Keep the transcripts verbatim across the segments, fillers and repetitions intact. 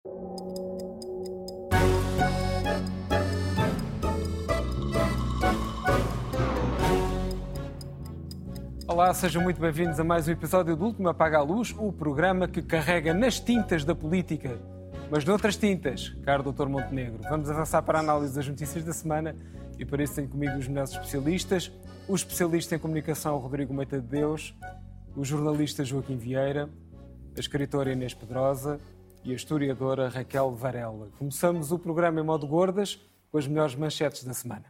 Olá, sejam muito bem-vindos a mais um episódio do Último Apaga a Luz, o programa que carrega nas tintas da política, mas noutras tintas, caro doutor Montenegro. Vamos avançar para a análise das notícias da semana e para isso tenho comigo os melhores especialistas. O especialista em comunicação, Rodrigo Meita de Deus, o jornalista Joaquim Vieira, a escritora Inês Pedrosa e a historiadora Raquel Varela. Começamos o programa em modo gordas com as melhores manchetes da semana.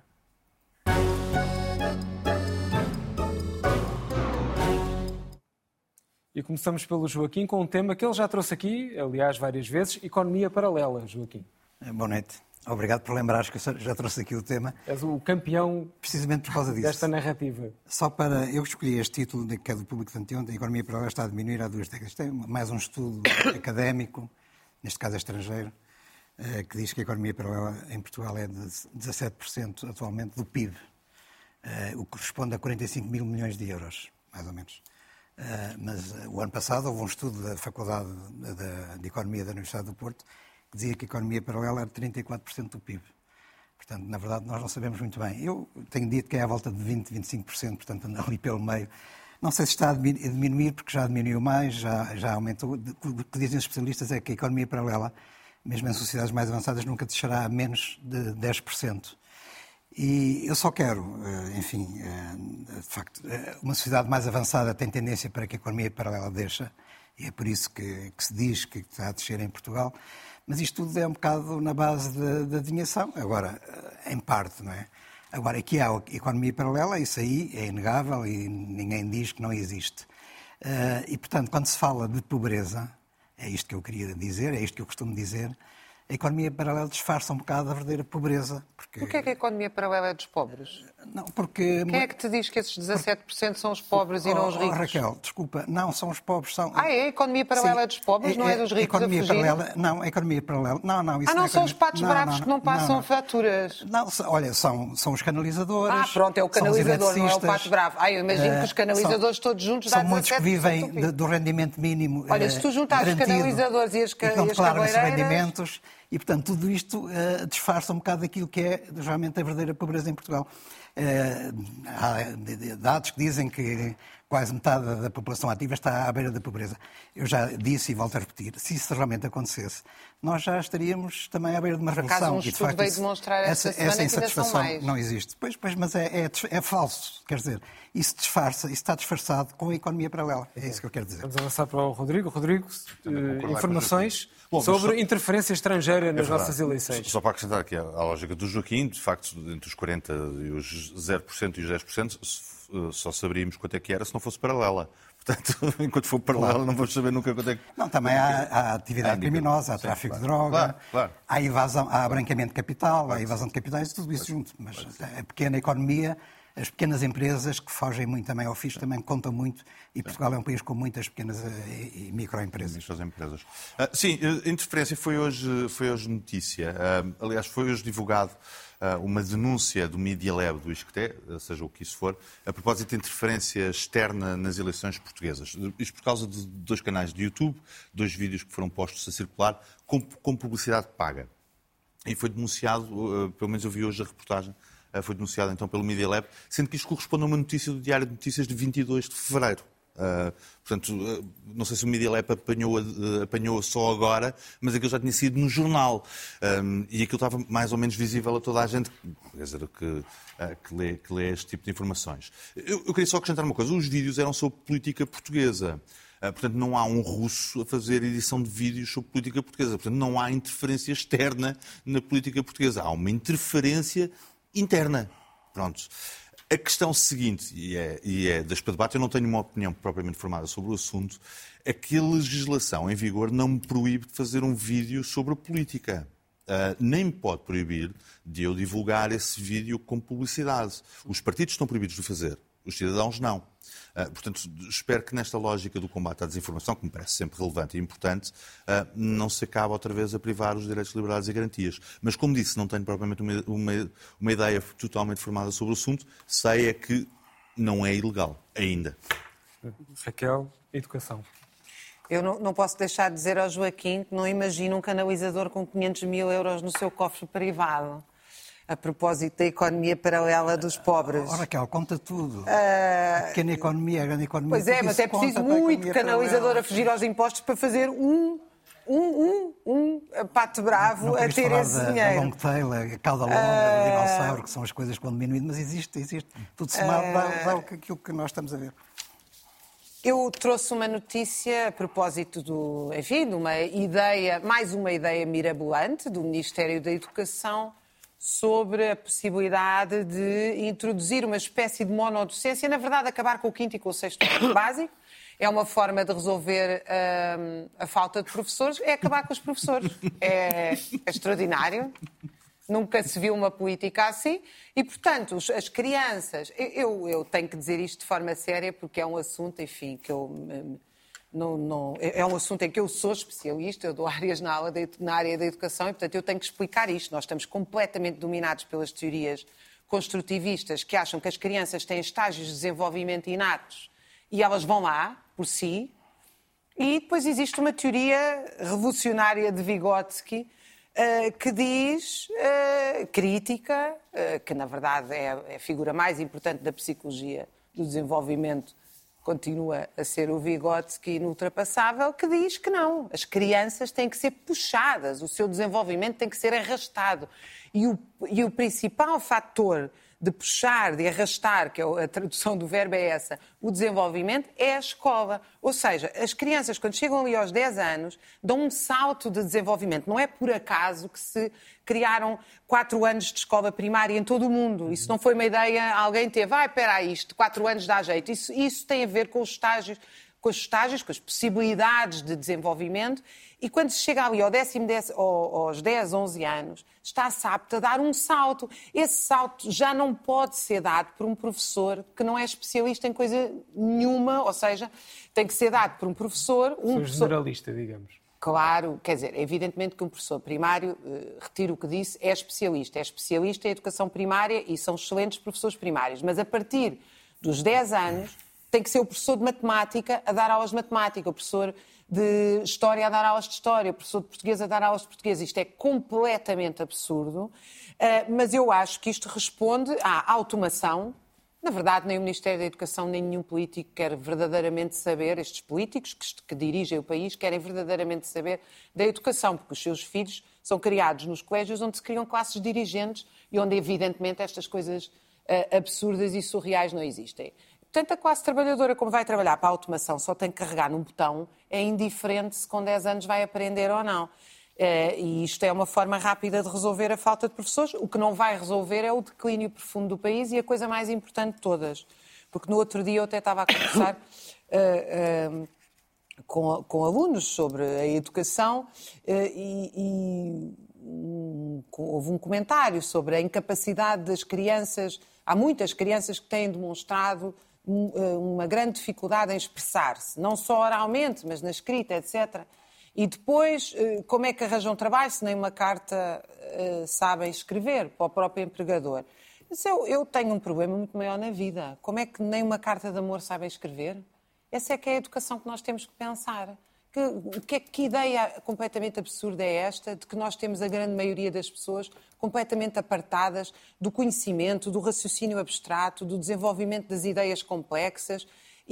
E começamos pelo Joaquim com um tema que ele já trouxe aqui, aliás, várias vezes, economia paralela, Joaquim. Boa noite. Obrigado por lembrares que eu já trouxe aqui o tema. És o campeão precisamente por causa disso. Desta narrativa. Só para... Eu escolhi este título, que é do Público de anteontem, a economia paralela está a diminuir há duas décadas. Isto é mais um estudo académico, neste caso estrangeiro, que diz que a economia paralela em Portugal é de dezassete por cento atualmente do P I B, o que corresponde a quarenta e cinco mil milhões de euros, mais ou menos. Uh, mas uh, o ano passado houve um estudo da Faculdade de, de Economia da Universidade do Porto que dizia que a economia paralela era trinta e quatro por cento do P I B. Portanto, na verdade, nós não sabemos muito bem. Eu tenho dito que é à volta de vinte, vinte e cinco por cento, portanto, anda ali pelo meio. Não sei se está a diminuir, porque já diminuiu mais, já, já aumentou. O que dizem os especialistas é que a economia paralela, mesmo em sociedades mais avançadas, nunca deixará a menos de dez por cento. E eu só quero, enfim, de facto, uma sociedade mais avançada tem tendência para que a economia paralela deixe, e é por isso que, que se diz que está a descer em Portugal, mas isto tudo é um bocado na base da, da adivinhação, agora, em parte, não é? Agora, aqui há a economia paralela, isso aí é inegável e ninguém diz que não existe. E, portanto, quando se fala de pobreza, é isto que eu queria dizer, é isto que eu costumo dizer, a economia paralela disfarça um bocado a verdadeira pobreza. Porque... Porquê é que a economia paralela é dos pobres? Não, porque... Quem é que te diz que esses dezassete por cento são os pobres oh, e não os ricos? Oh, Raquel, desculpa, não, são os pobres, são... Ah, é? A economia paralela Sim. é dos pobres, é, não é dos ricos a, a fugir? Paralela, não, a economia paralela... Não, não, isso ah, não, não é são economia... os patos não, bravos não, que não passam não, não. faturas? Não, olha, são, são os canalizadores... Ah, pronto, é o canalizador, não é o pato bravo. Ah, eu imagino que os canalizadores são, todos juntos dão dão muitos que vivem de, do rendimento mínimo Olha, se tu juntares os canalizadores e as, ca... e e as cabeleireiras... rendimentos... E, portanto, tudo isto uh, disfarça um bocado aquilo que é realmente a verdadeira pobreza em Portugal. Uh, há dados que dizem que quase metade da população ativa está à beira da pobreza. Eu já disse e volto a repetir, se isso realmente acontecesse, nós já estaríamos também à beira de uma Por revolução. acaso um estudo e, de facto, veio isso, demonstrar essa, essa, semana essa insatisfação que ainda são mais. Não existe. Pois, pois mas é, é, é falso, quer dizer, isso disfarça, isso está disfarçado com a economia paralela. É isso que eu quero dizer. Vamos avançar para o Rodrigo. Rodrigo, uh, informações Bom, sobre só... interferência estrangeira nas é nossas eleições. Só para acrescentar aqui a lógica do Joaquim, de facto, entre os quarenta por cento e os zero por cento e os dez por cento, só saberíamos quanto é que era se não fosse paralela. Portanto, enquanto for paralela, claro. Não vamos saber nunca quanto é que... Não, também há, há atividade há criminosa, há sim, tráfico claro. de droga, claro, claro. há evasão, há branqueamento de capital, claro. há evasão de capitais, tudo isso junto. Mas a pequena economia, as pequenas empresas que fogem muito também ao fisco também contam muito e Portugal é um país com muitas pequenas e microempresas. empresas. Uh, sim, a interferência foi hoje, foi hoje notícia. Uh, aliás, foi hoje divulgado uh, uma denúncia do Media Lab do Isqueté, seja o que isso for, a propósito de interferência externa nas eleições portuguesas. Isto por causa de dois canais de YouTube, dois vídeos que foram postos a circular com, com publicidade paga. E foi denunciado, uh, pelo menos eu vi hoje a reportagem, uh, foi denunciado então pelo Media Lab, sendo que isto corresponde a uma notícia do Diário de Notícias de vinte e dois de fevereiro. Uh, portanto, uh, não sei se o Media Lab apanhou, uh, apanhou só agora, mas aquilo já tinha sido no jornal. Um, e aquilo estava mais ou menos visível a toda a gente quer dizer, que, uh, que, lê, que lê este tipo de informações. Eu, eu queria só acrescentar uma coisa. Os vídeos eram sobre política portuguesa. Uh, portanto, não há um russo a fazer edição de vídeos sobre política portuguesa. Portanto, não há interferência externa na política portuguesa. Há uma interferência interna. Pronto. A questão seguinte, e é, e é deste debate, eu não tenho uma opinião propriamente formada sobre o assunto, é que a legislação em vigor não me proíbe de fazer um vídeo sobre a política. Uh, nem me pode proibir de eu divulgar esse vídeo com publicidade. Os partidos estão proibidos de o fazer, os cidadãos não. Uh, portanto, espero que nesta lógica do combate à desinformação, que me parece sempre relevante e importante, uh, não se acabe outra vez a privar os direitos, liberdades e garantias. Mas, como disse, não tenho propriamente uma, uma, uma ideia totalmente formada sobre o assunto, sei é que não é ilegal, ainda. Raquel, educação. Eu não, não posso deixar de dizer ao Joaquim que não imagino um canalizador com quinhentos mil euros no seu cofre privado. A propósito da economia paralela dos pobres. Oh, Raquel, conta tudo. Uh... A pequena economia, a grande economia. Pois é, mas é preciso muito canalizador a fugir aos impostos para fazer um, um, um, um pato bravo não, não a ter esse da, dinheiro. A long tail, a cauda longa, uh... o dinossauro, que são as coisas quando diminuídas, mas existe, existe. Tudo somado uh... dá, dá aquilo que nós estamos a ver. Eu trouxe uma notícia a propósito do, enfim, de uma ideia, mais uma ideia mirabolante do Ministério da Educação, sobre a possibilidade de introduzir uma espécie de monodocência, na verdade acabar com o quinto e com o sexto ano básico. É uma forma de resolver hum, a falta de professores, é acabar com os professores. É, é extraordinário. Nunca se viu uma política assim. E, portanto, as crianças... Eu, eu tenho que dizer isto de forma séria porque é um assunto, enfim, que eu... Não, não, é um assunto em que eu sou especialista, eu dou áreas na, aula de, na área da educação e, portanto, eu tenho que explicar isto. Nós estamos completamente dominados pelas teorias construtivistas que acham que as crianças têm estágios de desenvolvimento inatos e elas vão lá, por si. E depois existe uma teoria revolucionária de Vygotsky uh, que diz, uh, crítica, uh, que na verdade é, é a figura mais importante da psicologia do desenvolvimento, continua a ser o Vygotsky inultrapassável, que diz que não. As crianças têm que ser puxadas, o seu desenvolvimento tem que ser arrastado. E o, e o principal fator de puxar, de arrastar, que é a tradução do verbo é essa, o desenvolvimento, é a escola. Ou seja, as crianças, quando chegam ali aos dez anos, dão um salto de desenvolvimento. Não é por acaso que se criaram quatro anos de escola primária em todo o mundo. Isso não foi uma ideia, alguém teve, ah, espera aí, isto, quatro anos dá jeito. Isso, isso tem a ver com os estágios, com os estágios, com as possibilidades de desenvolvimento, e quando se chega ali ao décimo, décimo, aos dez, onze anos, está-se apto a dar um salto. Esse salto já não pode ser dado por um professor que não é especialista em coisa nenhuma, ou seja, tem que ser dado por um professor... Um professor generalista, digamos. Claro, quer dizer, evidentemente que um professor primário, eh, retiro o que disse, é especialista. É especialista em educação primária e são excelentes professores primários. Mas a partir dos dez anos... tem que ser o professor de matemática a dar aulas de matemática, o professor de história a dar aulas de história, o professor de português a dar aulas de português. Isto é completamente absurdo, mas eu acho que isto responde à automação. Na verdade, nem o Ministério da Educação, nem nenhum político quer verdadeiramente saber, estes políticos que, que dirigem o país, querem verdadeiramente saber da educação, porque os seus filhos são criados nos colégios onde se criam classes dirigentes e onde, evidentemente, estas coisas uh, absurdas e surreais não existem. Portanto, a classe trabalhadora, como vai trabalhar para a automação, só tem que carregar num botão, é indiferente se com dez anos vai aprender ou não. E isto é uma forma rápida de resolver a falta de professores. O que não vai resolver é o declínio profundo do país e a coisa mais importante de todas. Porque no outro dia eu até estava a conversar uh, uh, com, com alunos sobre a educação uh, e, e um, houve um comentário sobre a incapacidade das crianças. Há muitas crianças que têm demonstrado uma grande dificuldade em expressar-se, não só oralmente, mas na escrita, etcétera. E depois, como é que arranjam trabalho se nem uma carta uh, sabem escrever para o próprio empregador? Mas eu, eu tenho um problema muito maior na vida. Como é que nem uma carta de amor sabem escrever? Essa é que é a educação que nós temos que pensar. Que, que, que ideia completamente absurda é esta de que nós temos a grande maioria das pessoas completamente apartadas do conhecimento, do raciocínio abstrato, do desenvolvimento das ideias complexas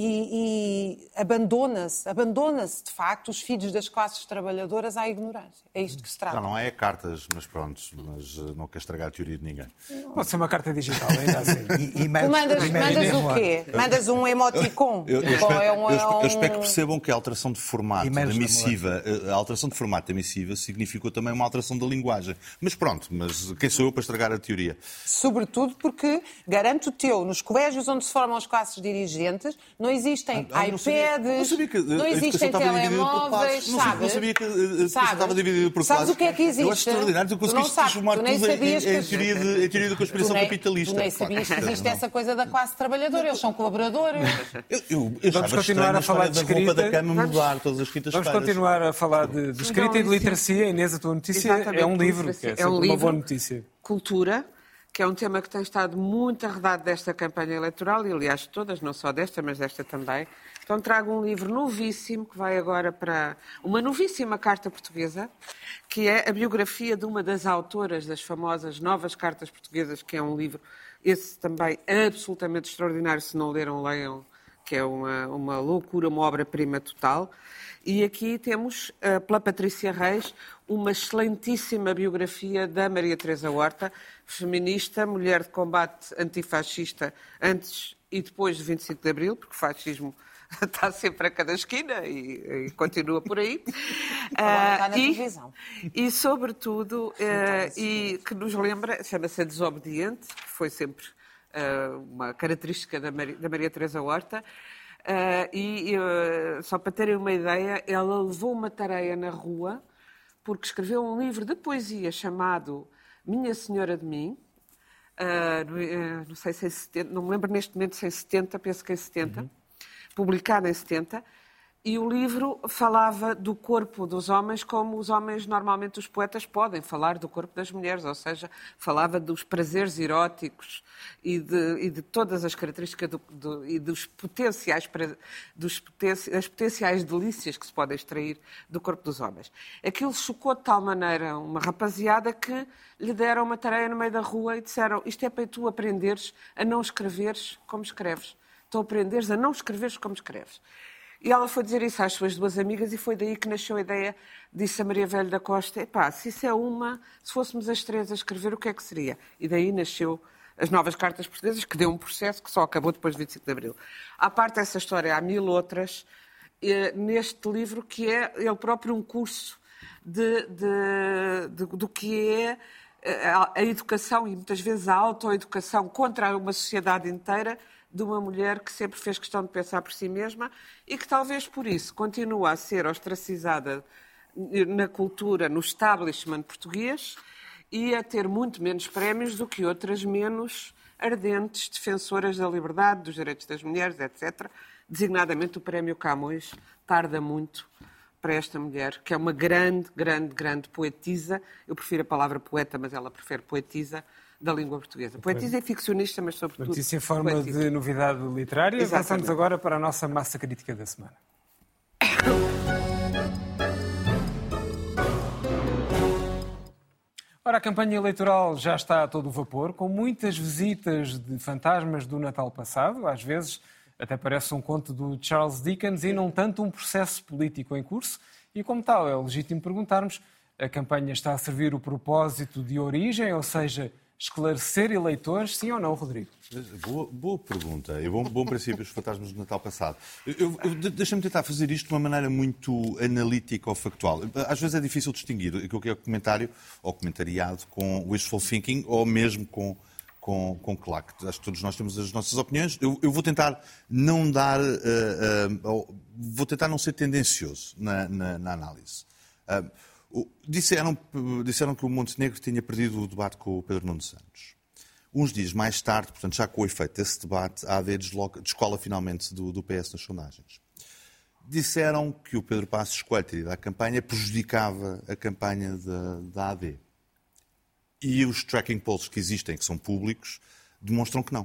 e, e abandona-se, abandona-se de facto os filhos das classes trabalhadoras à ignorância. É isto que se trata. Já não é cartas, mas pronto, mas não quer estragar a teoria de ninguém. Pode ser uma carta digital, ainda assim. e, e tu mandas, mandas o quê? Mandas um emoticon? Eu, eu, espero, é um, eu, espero, eu espero que percebam que a alteração de formato da missiva, a alteração de formato da missiva significou também uma alteração da linguagem. Mas pronto, mas quem sou eu para estragar a teoria? Sobretudo porque, garanto-te eu, nos colégios onde se formam as classes dirigentes, não existem ah, iPads, não, sabia que não existem telemóveis, não, sabes? Não sabia que a educação estava dividida por classes. Sabes o que é que existe? Eu acho extraordinário, tu conseguiste transformar tudo em, em, teoria de, em teoria da conspiração tu nem, capitalista. Tu nem sabias que existe não. essa coisa da classe trabalhadora, eles são colaboradores. Eu, eu, eu Vamos continuar a falar de escrita. Da cama mudar todas as quintas-feiras. Vamos continuar a falar de, de escrita e de literacia. Inês, a tua notícia é um livro, que é, é um uma livro, boa notícia. Cultura, que é um tema que tem estado muito arredado desta campanha eleitoral, e aliás todas, não só desta, mas desta também. Então trago um livro novíssimo, que vai agora para uma novíssima carta portuguesa, que é a biografia de uma das autoras das famosas Novas Cartas Portuguesas, que é um livro, esse também absolutamente extraordinário, se não leram, leiam, que é uma, uma loucura, uma obra-prima total. E aqui temos, uh, pela Patrícia Reis, uma excelentíssima biografia da Maria Teresa Horta, feminista, mulher de combate antifascista antes e depois de vinte e cinco de Abril, porque o fascismo está sempre a cada esquina e, e continua por aí. Agora está na e, televisão. E, sobretudo, uh, e que nos lembra, chama-se a Desobediente, que foi sempre uh, uma característica da Maria, da Maria Teresa Horta. Uh, e, uh, só para terem uma ideia, ela levou uma tareia na rua porque escreveu um livro de poesia chamado Minha Senhora de Mim, uh, uh, não sei se é setenta, não me lembro neste momento se é setenta, penso que é setenta, uhum. Publicado em setenta, e o livro falava do corpo dos homens como os homens, normalmente os poetas, podem falar do corpo das mulheres, ou seja, falava dos prazeres eróticos e de, e de todas as características do, do, e dos potenciais, dos potenci, das potenciais delícias que se podem extrair do corpo dos homens. Aquilo chocou de tal maneira uma rapaziada que lhe deram uma tarefa no meio da rua e disseram: isto é para tu aprenderes a não escreveres como escreves. Tu aprenderes a não escreveres como escreves. E ela foi dizer isso às suas duas amigas e foi daí que nasceu a ideia, disse a Maria Velho da Costa, epá, se isso é uma, se fôssemos as três a escrever, o que é que seria? E daí nasceu as Novas Cartas Portuguesas, que deu um processo que só acabou depois de vinte e cinco de Abril. À parte dessa história, há mil outras, eh, neste livro, que é ele próprio um curso de, de, de, do que é a, a educação e muitas vezes a autoeducação contra uma sociedade inteira, de uma mulher que sempre fez questão de pensar por si mesma e que talvez por isso continua a ser ostracizada na cultura, no establishment português e a ter muito menos prémios do que outras menos ardentes defensoras da liberdade, dos direitos das mulheres, etcétera. Designadamente o Prémio Camões tarda muito para esta mulher, que é uma grande, grande, grande poetisa. Eu prefiro a palavra poeta, mas ela prefere poetisa, da língua portuguesa. Poetisa é ficcionista, mas sobretudo notícia em forma poetisa. De novidade literária. Exatamente. Passamos agora para a nossa massa crítica da semana. Ora, a campanha eleitoral já está a todo vapor, com muitas visitas de fantasmas do Natal passado. Às vezes até parece um conto do Charles Dickens e não tanto um processo político em curso. E como tal, é legítimo perguntarmos, a campanha está a servir o propósito de origem, ou seja, esclarecer eleitores, sim ou não, Rodrigo? Boa, boa pergunta. E bom, bom princípio, os fantasmas do Natal passado. Eu, eu, Deixa-me tentar fazer isto de uma maneira muito analítica ou factual. Às vezes é difícil distinguir aquilo que é o comentário ou comentariado com wishful thinking ou mesmo com, com, com claque. Acho que todos nós temos as nossas opiniões. Eu, eu vou tentar não dar... Uh, uh, vou tentar não ser tendencioso na, na, na análise. Uh, Disseram, disseram que o Montenegro tinha perdido o debate com o Pedro Nuno Santos. Uns dias mais tarde, portanto, já com o efeito desse debate, a AD desloca, descola finalmente do, do P S nas sondagens. Disseram que o Pedro Passos Coelho ter ido à campanha prejudicava a campanha da, da A D. E os tracking polls que existem, que são públicos, demonstram que não.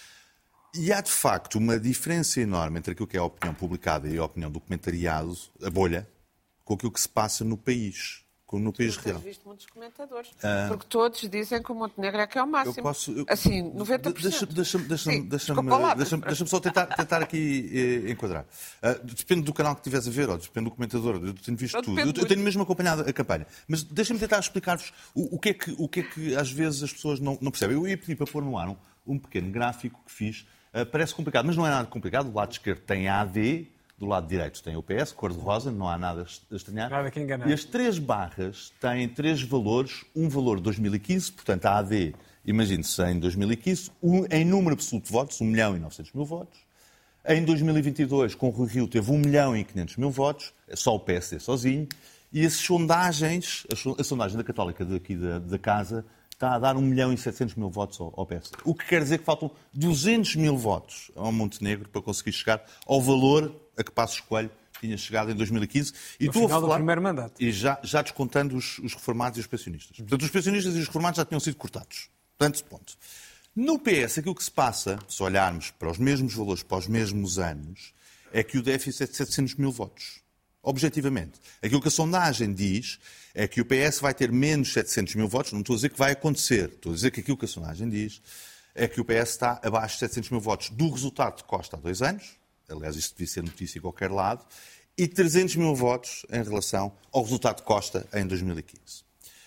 E há, de facto, uma diferença enorme entre aquilo que é a opinião publicada e a opinião do comentariado, a bolha, com aquilo que se passa no país, no país real. Eu tenho visto muitos comentadores, ah, porque todos dizem que o Montenegro é que é o máximo. Eu posso, eu, assim, noventa por cento. Deixa-me deixa deixa deixa deixa deixa só tentar, tentar aqui eh, enquadrar. Uh, depende do canal que estiveres a ver, ou depende do comentador. Eu tenho visto eu tudo. Eu, eu tenho mesmo acompanhado a campanha. Mas deixa-me tentar explicar-vos o, o, que é que, o que é que às vezes as pessoas não, não percebem. Eu ia pedir para pôr no ar um, um pequeno gráfico que fiz. Uh, parece complicado, mas não é nada complicado. Do lado esquerdo tem a AD. Do lado direito tem o P S, cor-de-rosa, não há nada a estranhar. Nada que enganar. E as três barras têm três valores. Um valor de dois mil e quinze, portanto a AD, imagine-se, em dois mil e quinze, um, em número absoluto de votos, um milhão e novecentos mil votos. Em dois mil e vinte e dois, com o Rui Rio, teve um milhão e quinhentos mil votos, só o P S D sozinho. E as sondagens, a sondagem da Católica daqui da, da casa, está a dar um milhão e setecentos mil votos ao, ao P S D. O que quer dizer que faltam duzentos mil votos ao Montenegro para conseguir chegar ao valor a que Passos Coelho tinha chegado em dois mil e quinze. E no final do primeiro mandato. E já, já descontando os, os reformados e os pensionistas. Portanto, os pensionistas e os reformados já tinham sido cortados. Portanto, ponto. No P S, aquilo que se passa, se olharmos para os mesmos valores, para os mesmos anos, é que o déficit é de setecentos mil votos. Objetivamente. Aquilo que a sondagem diz é que o P S vai ter menos setecentos mil votos. Não estou a dizer que vai acontecer. Estou a dizer que aquilo que a sondagem diz é que o P S está abaixo de setecentos mil votos do resultado de Costa há dois anos. Aliás, isto devia ser notícia em qualquer lado. E trezentos mil votos em relação ao resultado de Costa em dois mil e quinze.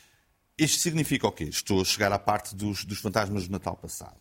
Isto significa o quê? Estou a chegar à parte dos, dos fantasmas do Natal passado.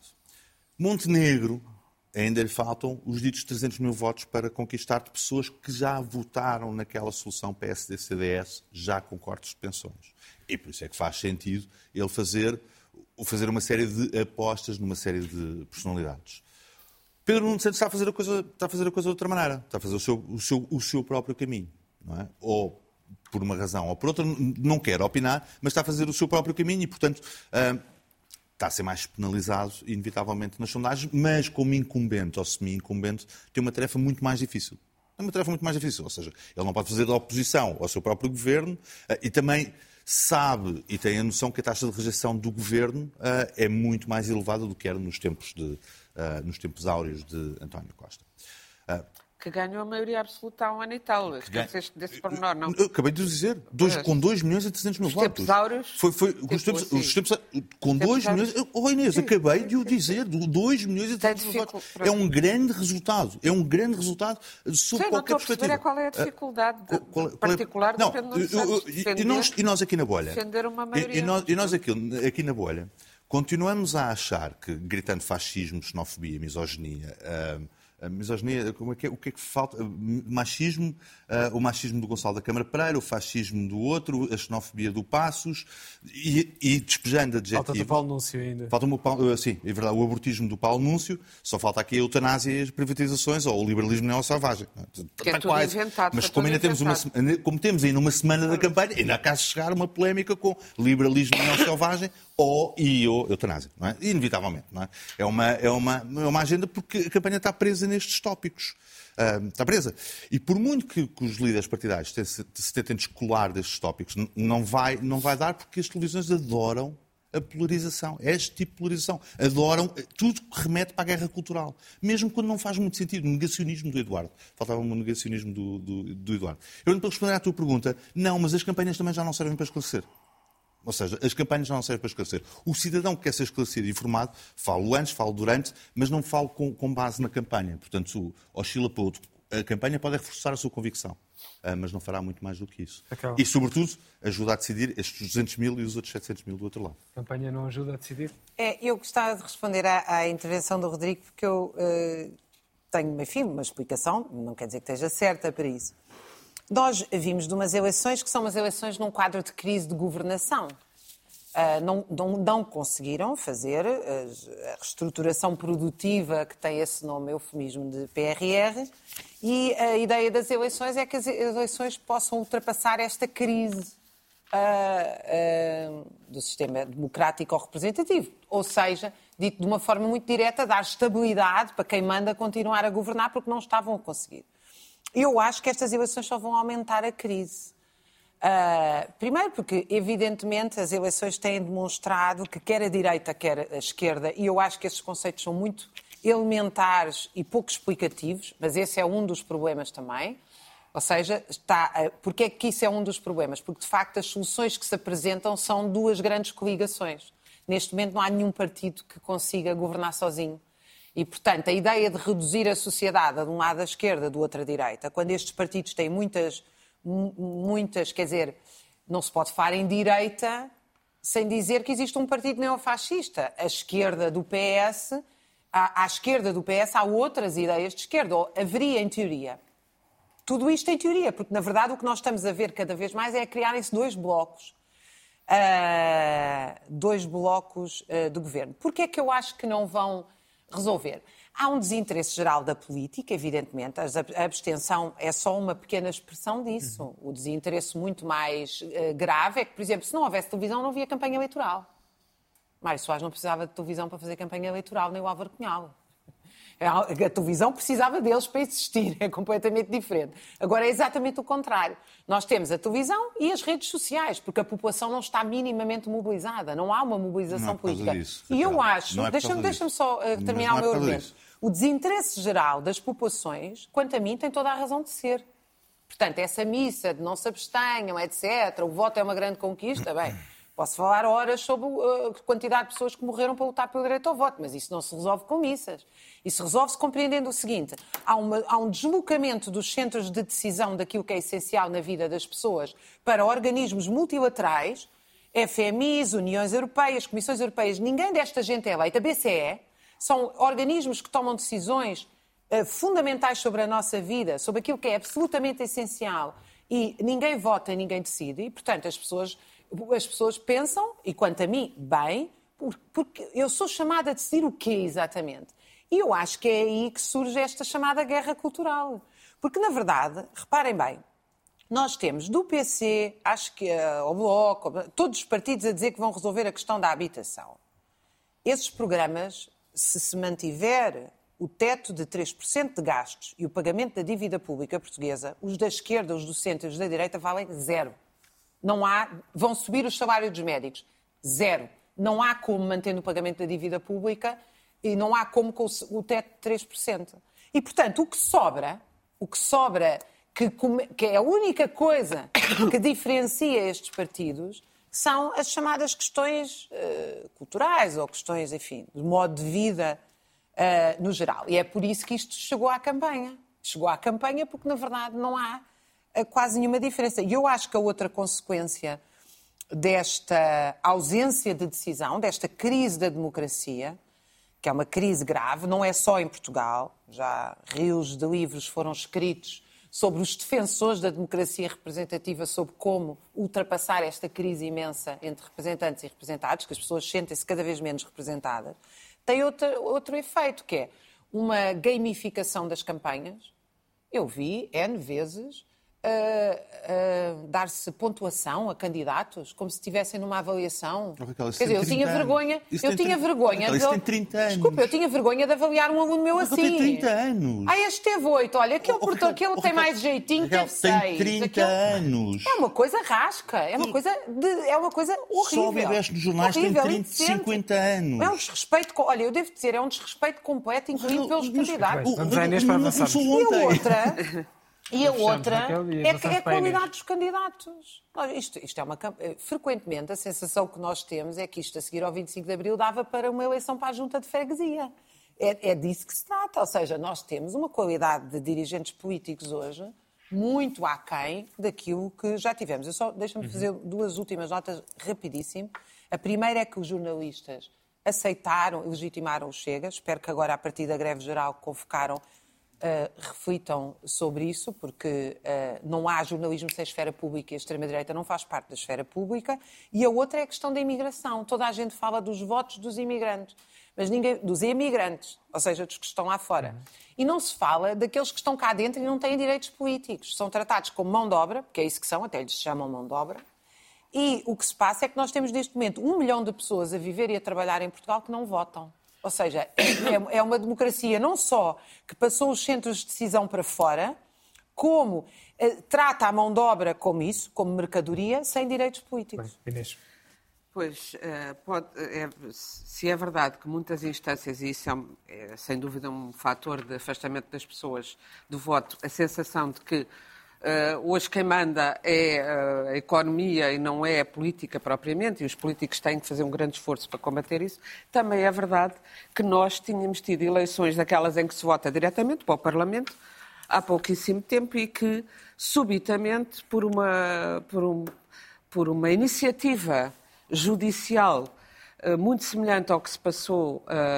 Montenegro, ainda lhe faltam os ditos trezentos mil votos para conquistar de pessoas que já votaram naquela solução P S D C D S, já com cortes de pensões. E por isso é que faz sentido ele fazer, fazer uma série de apostas numa série de personalidades. Pedro Nuno Santos está a fazer a coisa, está a fazer a coisa de outra maneira. Está a fazer o seu, o seu, o seu próprio caminho. Não é? Ou por uma razão ou por outra, não quero opinar, mas está a fazer o seu próprio caminho e, portanto, uh, está a ser mais penalizado, inevitavelmente, nas sondagens, mas como incumbente ou semi-incumbente, tem uma tarefa muito mais difícil. É uma tarefa muito mais difícil, ou seja, ele não pode fazer da oposição ao seu próprio governo uh, e também sabe e tem a noção que a taxa de rejeição do governo uh, é muito mais elevada do que era nos tempos, de, uh, nos tempos áureos de António Costa. Uh, Que ganhou a maioria absoluta há um ano e tal. Esqueceste desse pormenor, não? Eu acabei de dizer. Dois, com dois milhões e trezentos mil os votos. Tempos áureos, foi, foi, tipo os tempos, assim. os tempos, com dois milhões... Oh, Inês, Sim, acabei sim, de o sim, dizer. dois milhões e trezentos mil votos. É um grande resultado. É um grande resultado sob Sim, qualquer não estou a perceber perspectiva. é qual é a dificuldade Qual- qual- particular não, do Pedro Nuno Santos e- defender, e, nós, e nós aqui na bolha... defender uma maioria. E, e nós, e nós aqui, aqui na bolha continuamos a achar que, gritando fascismo, xenofobia, misoginia... ah, a misoginia, como é que é? O que é que falta? Machismo, uh, o machismo do Gonçalo da Câmara Pereira, o fascismo do outro, a xenofobia do Passos e, e despejando adjetivos. Falta do Paulo Núncio ainda. Falta o, sim, é verdade, o abortismo do Paulo Núncio, só falta aqui a eutanásia e as privatizações ou o liberalismo neoselvagem. Que é tudo inventado, Mas foi como, tudo ainda temos uma, inventado. como temos ainda uma semana da campanha, ainda há caso de chegar uma polémica com liberalismo neoselvagem ou e ou eutanásia, não é? Inevitavelmente, não é? É uma, é, uma, é uma agenda porque a campanha está presa nestes tópicos. Uh, está presa. E por muito que, que os líderes partidários se, se tentem descolar destes tópicos, não vai, não vai dar porque as televisões adoram a polarização. É este tipo de polarização. Adoram tudo que remete para a guerra cultural. Mesmo quando não faz muito sentido. O negacionismo do Eduardo. Faltava um negacionismo do, do, do Eduardo. Eu, para responder à tua pergunta, não, mas as campanhas também já não servem para esclarecer. Ou seja, as campanhas já não servem para esclarecer. O cidadão que quer ser esclarecido e informado, falo antes, falo durante, mas não falo com, com base na campanha. Portanto, oscila para outro. A campanha pode reforçar a sua convicção, mas não fará muito mais do que isso. Acaba. E, sobretudo, ajuda a decidir estes duzentos mil e os outros setecentos mil do outro lado. A campanha não ajuda a decidir? É, eu gostava de responder à, à intervenção do Rodrigo, porque eu uh, tenho, enfim, uma explicação, não quer dizer que esteja certa para isso. Nós vimos de umas eleições que são umas eleições num quadro de crise de governação. Uh, não, não, não conseguiram fazer a reestruturação produtiva que tem esse nome eufemismo de P R R e a ideia das eleições é que as eleições possam ultrapassar esta crise uh, uh, do sistema democrático ou representativo. Ou seja, dito de uma forma muito direta, dar estabilidade para quem manda continuar a governar porque não estavam a conseguir. Eu acho que estas eleições só vão aumentar a crise. Uh, primeiro porque, evidentemente, as eleições têm demonstrado que quer a direita, quer a esquerda, e eu acho que esses conceitos são muito elementares e pouco explicativos, mas esse é um dos problemas também. Ou seja, está, uh, porque é que isso é um dos problemas? Porque, de facto, as soluções que se apresentam são duas grandes coligações. Neste momento não há nenhum partido que consiga governar sozinho. E, portanto, a ideia de reduzir a sociedade de um lado à esquerda, do outro à direita, quando estes partidos têm muitas, muitas, quer dizer, não se pode falar em direita sem dizer que existe um partido neofascista. A esquerda do P S, à, à esquerda do P S há outras ideias de esquerda, ou haveria em teoria. Tudo isto em teoria, porque, na verdade, o que nós estamos a ver cada vez mais é criarem-se dois blocos. Uh, dois blocos uh, de governo. Porquê é que eu acho que não vão resolver? Há um desinteresse geral da política, evidentemente. A abstenção é só uma pequena expressão disso. Uhum. O desinteresse muito mais uh, grave é que, por exemplo, se não houvesse televisão, não havia campanha eleitoral. Mário Soares não precisava de televisão para fazer campanha eleitoral, nem o Álvaro Cunhal. A televisão precisava deles para existir, é completamente diferente. Agora é exatamente o contrário. Nós temos a televisão e as redes sociais, porque a população não está minimamente mobilizada, não há uma mobilização não é política. Disso, e eu acho, é deixa-me deixa só uh, terminar o meu argumento, o desinteresse geral das populações, quanto a mim, tem toda a razão de ser. Portanto, essa missa de não se abstenham, etcétera, o voto é uma grande conquista, bem... Posso falar horas sobre a quantidade de pessoas que morreram para lutar pelo direito ao voto, mas isso não se resolve com missas. Isso resolve-se compreendendo o seguinte: há, uma, há um deslocamento dos centros de decisão daquilo que é essencial na vida das pessoas para organismos multilaterais, F M Is, Uniões Europeias, Comissões Europeias, ninguém desta gente é eleita, B C E, são organismos que tomam decisões uh, fundamentais sobre a nossa vida, sobre aquilo que é absolutamente essencial, e ninguém vota, ninguém decide, e, portanto, as pessoas... As pessoas pensam, e quanto a mim, bem, porque eu sou chamada a decidir o quê exatamente? E eu acho que é aí que surge esta chamada guerra cultural. Porque, na verdade, reparem bem, nós temos do P C, acho que ao Bloco, todos os partidos a dizer que vão resolver a questão da habitação. Esses programas, se se mantiver o teto de três por cento de gastos e o pagamento da dívida pública portuguesa, os da esquerda, os do centro e os da direita valem zero. Não há, vão subir os salários dos médicos. Zero. Não há como manter o pagamento da dívida pública e não há como com o teto de três por cento. E, portanto, o que sobra, o que sobra, que, que é a única coisa que diferencia estes partidos, são as chamadas questões uh, culturais ou questões, enfim, de modo de vida uh, no geral. E é por isso que isto chegou à campanha. Chegou à campanha porque, na verdade, não há quase nenhuma diferença. E eu acho que a outra consequência desta ausência de decisão, desta crise da democracia, que é uma crise grave, não é só em Portugal, já rios de livros foram escritos sobre os defensores da democracia representativa, sobre como ultrapassar esta crise imensa entre representantes e representados, que as pessoas sentem-se cada vez menos representadas, tem outra, outro efeito, que é uma gamificação das campanhas. Eu vi N vezes Uh, uh, dar-se pontuação a candidatos, como se estivessem numa avaliação. Oh, Raquel, Quer dizer, eu tinha vergonha... Eu tinha vergonha... Raquel, isso tem trinta anos. Desculpa, eu tinha vergonha de avaliar um aluno meu oh, assim. Tem trinta anos. Ah, este teve oito. Olha, aquele, oh, portanto, aquele oh, tem mais jeitinho, Raquel, teve seis. Tem trinta aquele... anos. É uma coisa rasca. É uma coisa, de... é uma coisa horrível. Só bebeste nos jornais, horrível, tem trinta, cinquenta anos. É um desrespeito... Olha, eu devo dizer, é um desrespeito completo, incluindo pelos candidatos. Vamos à Inês para avançar. E a outra... E a outra é, que, é a qualidade dos candidatos. Isto, isto é uma... Frequentemente, a sensação que nós temos é que isto, a seguir ao vinte e cinco de Abril, dava para uma eleição para a Junta de Freguesia. É, é disso que se trata. Ou seja, nós temos uma qualidade de dirigentes políticos hoje muito aquém daquilo que já tivemos. Eu só, deixa-me fazer duas últimas notas rapidíssimo. A primeira é que os jornalistas aceitaram e legitimaram o Chega. Espero que agora, a partir da greve geral que convocaram, Uh, reflitam sobre isso, porque uh, não há jornalismo sem esfera pública e a extrema-direita não faz parte da esfera pública. E a outra é a questão da imigração. Toda a gente fala dos votos dos imigrantes, mas ninguém, dos imigrantes, ou seja, dos que estão lá fora. Uhum. E não se fala daqueles que estão cá dentro e não têm direitos políticos. São tratados como mão de obra, porque é isso que são, até lhes chamam mão de obra. E o que se passa é que nós temos neste momento um milhão de pessoas a viver e a trabalhar em Portugal que não votam. Ou seja, é, é uma democracia não só que passou os centros de decisão para fora, como eh, trata a mão de obra como isso, como mercadoria, sem direitos políticos. Bem, Inês. Pois, uh, pode, é, se é verdade que muitas instâncias, e isso é, é sem dúvida um fator de afastamento das pessoas do voto, a sensação de que Uh, hoje quem manda é uh, a economia e não é a política propriamente, e os políticos têm que fazer um grande esforço para combater isso. Também é verdade que nós tínhamos tido eleições daquelas em que se vota diretamente para o Parlamento há pouquíssimo tempo e que, subitamente, por uma, por um, por uma iniciativa judicial uh, muito semelhante ao que se passou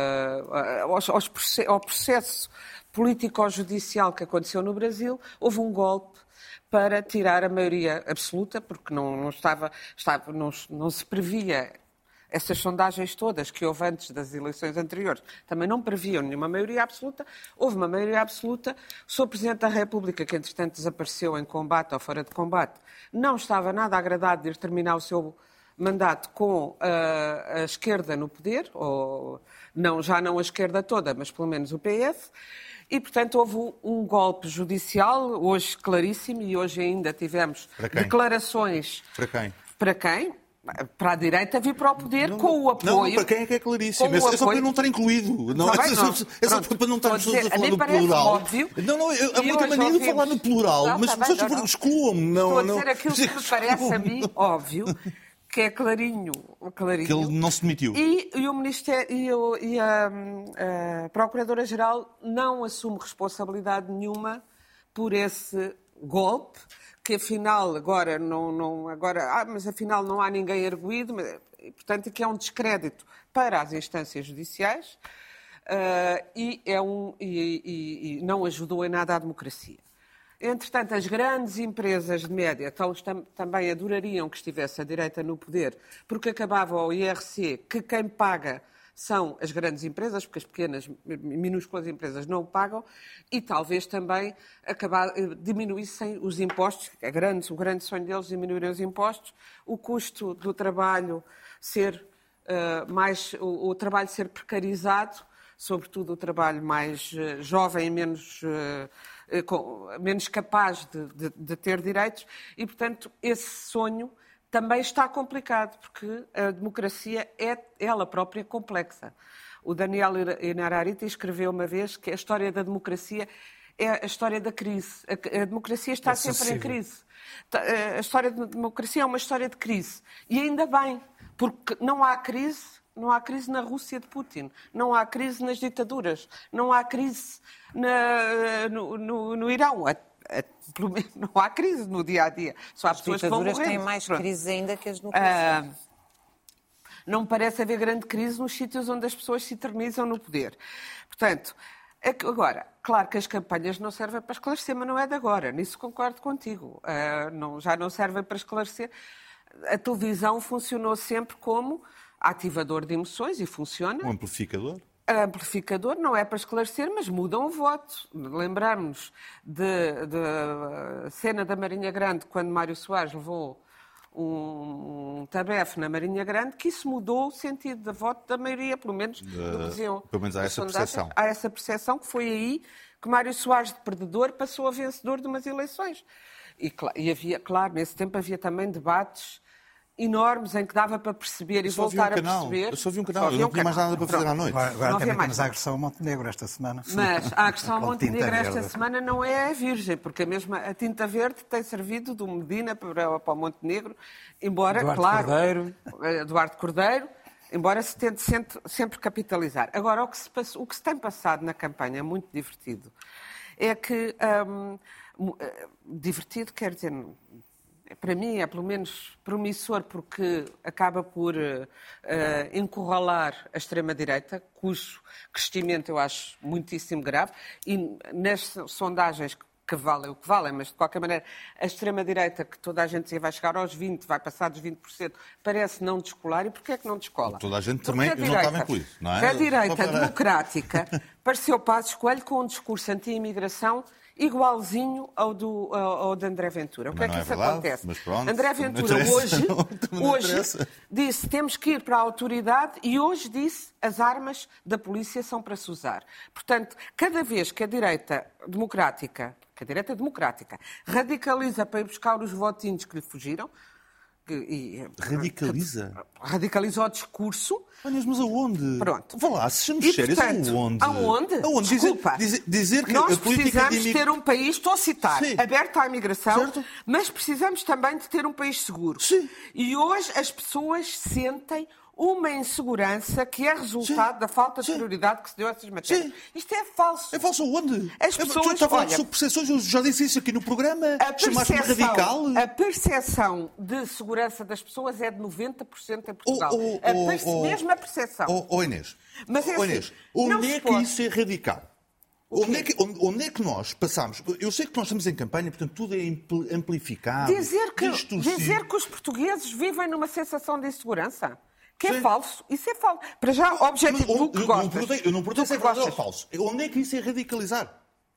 uh, aos, aos process- ao processo político-judicial que aconteceu no Brasil, houve um golpe para tirar a maioria absoluta, porque não, não, estava, estava, não, não se previa essas sondagens todas que houve antes das eleições anteriores. Também não previam nenhuma maioria absoluta. Houve uma maioria absoluta. O senhor Presidente da República, que entretanto desapareceu em combate ou fora de combate, não estava nada agradado de ir terminar o seu mandato com a, a esquerda no poder, ou não, já não a esquerda toda, mas pelo menos o P S, e, portanto, houve um golpe judicial, hoje claríssimo, e hoje ainda tivemos declarações... Para quem? Para quem? Para a direita vir para o poder não, com o apoio... Não, para quem é que é claríssimo? É só apoio... para não estar incluído. Não, não, é, não. é só para não estarmos todos a falar no plural. Óbvio, não, não, eu, há muita maneira de falar no plural, não, mas tá bem, excluam-me. Estou a não, dizer aquilo que me parece a mim óbvio, que é clarinho, clarinho. Que ele não se demitiu. E, e, o Ministério, e, o, e a, a Procuradora-Geral não assume responsabilidade nenhuma por esse golpe, que afinal agora não, não agora, ah, mas afinal não há ninguém arguído, mas, portanto que é um descrédito para as instâncias judiciais uh, e, é um, e, e, e não ajudou em nada à democracia. Entretanto, as grandes empresas de média então, tam, também adorariam que estivesse a direita no poder, porque acabava o I R C, que quem paga são as grandes empresas, porque as pequenas, minúsculas empresas não o pagam, e talvez também acabar, diminuíssem os impostos, é grande, o grande sonho deles diminuírem os impostos, o custo do trabalho ser uh, mais, o, o trabalho ser precarizado, sobretudo o trabalho mais uh, jovem e menos, uh, com, menos capaz de, de, de ter direitos, e, portanto, esse sonho também está complicado, porque a democracia é ela própria complexa. O Daniel Inararita escreveu uma vez que a história da democracia é a história da crise. A, a democracia está é sempre em crise. A história da democracia é uma história de crise. E ainda bem, porque não há crise, não há crise na Rússia de Putin, não há crise nas ditaduras, não há crise na, no, no, no Irão. Não há crise no dia-a-dia. Só há as pessoas que vão morrer. As ditaduras têm mais crise ainda que as democracias. Ah, não parece haver grande crise nos sítios onde as pessoas se eternizam no poder. Portanto, agora, claro que as campanhas não servem para esclarecer, mas não é de agora. Nisso concordo contigo. Ah, não, já não servem para esclarecer. A televisão funcionou sempre como ativador de emoções e funciona. Um amplificador? Amplificador não é para esclarecer, mas mudam o voto. Lembrarmos da cena da Marinha Grande, quando Mário Soares levou um, um tabefe na Marinha Grande, que isso mudou o sentido do voto da maioria, pelo menos, uh, diziam, pelo menos há essa percepção. Há essa percepção que foi aí que Mário Soares, de perdedor, passou a vencedor de umas eleições. E, e havia, claro, nesse tempo havia também debates enormes em que dava para perceber e voltar um a perceber. Eu só vi um canal, eu não tinha mais nada para fazer à noite. Agora, agora também temos a agressão a Montenegro esta semana. Mas a agressão a Montenegro esta semana não é a virgem, porque a mesma a tinta verde tem servido do Medina para, para o Montenegro, embora, Eduardo claro, Cordeiro. Eduardo Cordeiro, embora se tente sempre, sempre capitalizar. Agora, o que, se pass, o que se tem passado na campanha é muito divertido. É que, hum, divertido quer dizer... Para mim é, pelo menos, promissor, porque acaba por uh, encurralar a extrema-direita, cujo crescimento eu acho muitíssimo grave, e nas sondagens que valem o que valem, mas de qualquer maneira, a extrema-direita, que toda a gente dizia vai chegar aos vinte por cento, vai passar dos vinte por cento, parece não descolar. E porquê é que não descola? Toda a gente também não estava incluído, não é? A direita democrática pareceu Passos Coelho com um discurso anti-imigração igualzinho ao, do, ao, ao de André Ventura. O que é que é isso verdade, acontece? Mas pronto, André Ventura hoje, hoje disse temos que ir para a autoridade e hoje disse as armas da polícia são para se usar. Portanto, cada vez que a direita democrática, que a direita democrática radicaliza para ir buscar os votinhos que lhe fugiram, que, e, radicaliza? Que, radicaliza o discurso. Olha, mas aonde? Pronto. Vá lá, sejamos sérios, aonde? Aonde? Aonde? Desculpa. Dizer, dizer que nós a política precisamos de... ter um país, estou a citar, Sim. aberto à imigração, certo. Mas precisamos também de ter um país seguro. Sim. E hoje as pessoas sentem uma insegurança que é resultado Sim. da falta de Sim. prioridade que se deu a essas matérias. Sim. Isto é falso. É falso aonde? As pessoas, eu estava a falar olha, sobre percepções, eu já disse isso aqui no programa, a chamaste-me radical. A percepção de segurança das pessoas é de noventa por cento em Portugal. Oh, oh, a oh, perce... oh, Mesmo a percepção. Oh, oh Inês, Mas é oh, assim, Inês não onde se é que pode... isso é radical? Onde é, que, onde, onde é que nós passamos? Eu sei que nós estamos em campanha, portanto tudo é amplificado. Dizer que, distorcido. dizer que os portugueses vivem numa sensação de insegurança, que Sim. é falso. Isso é falso. Para já, objetivo Mas, do que eu, gostas. não perguntei, eu não perguntei se é que falso ou é gostas. falso. Onde é que isso é radicalizar?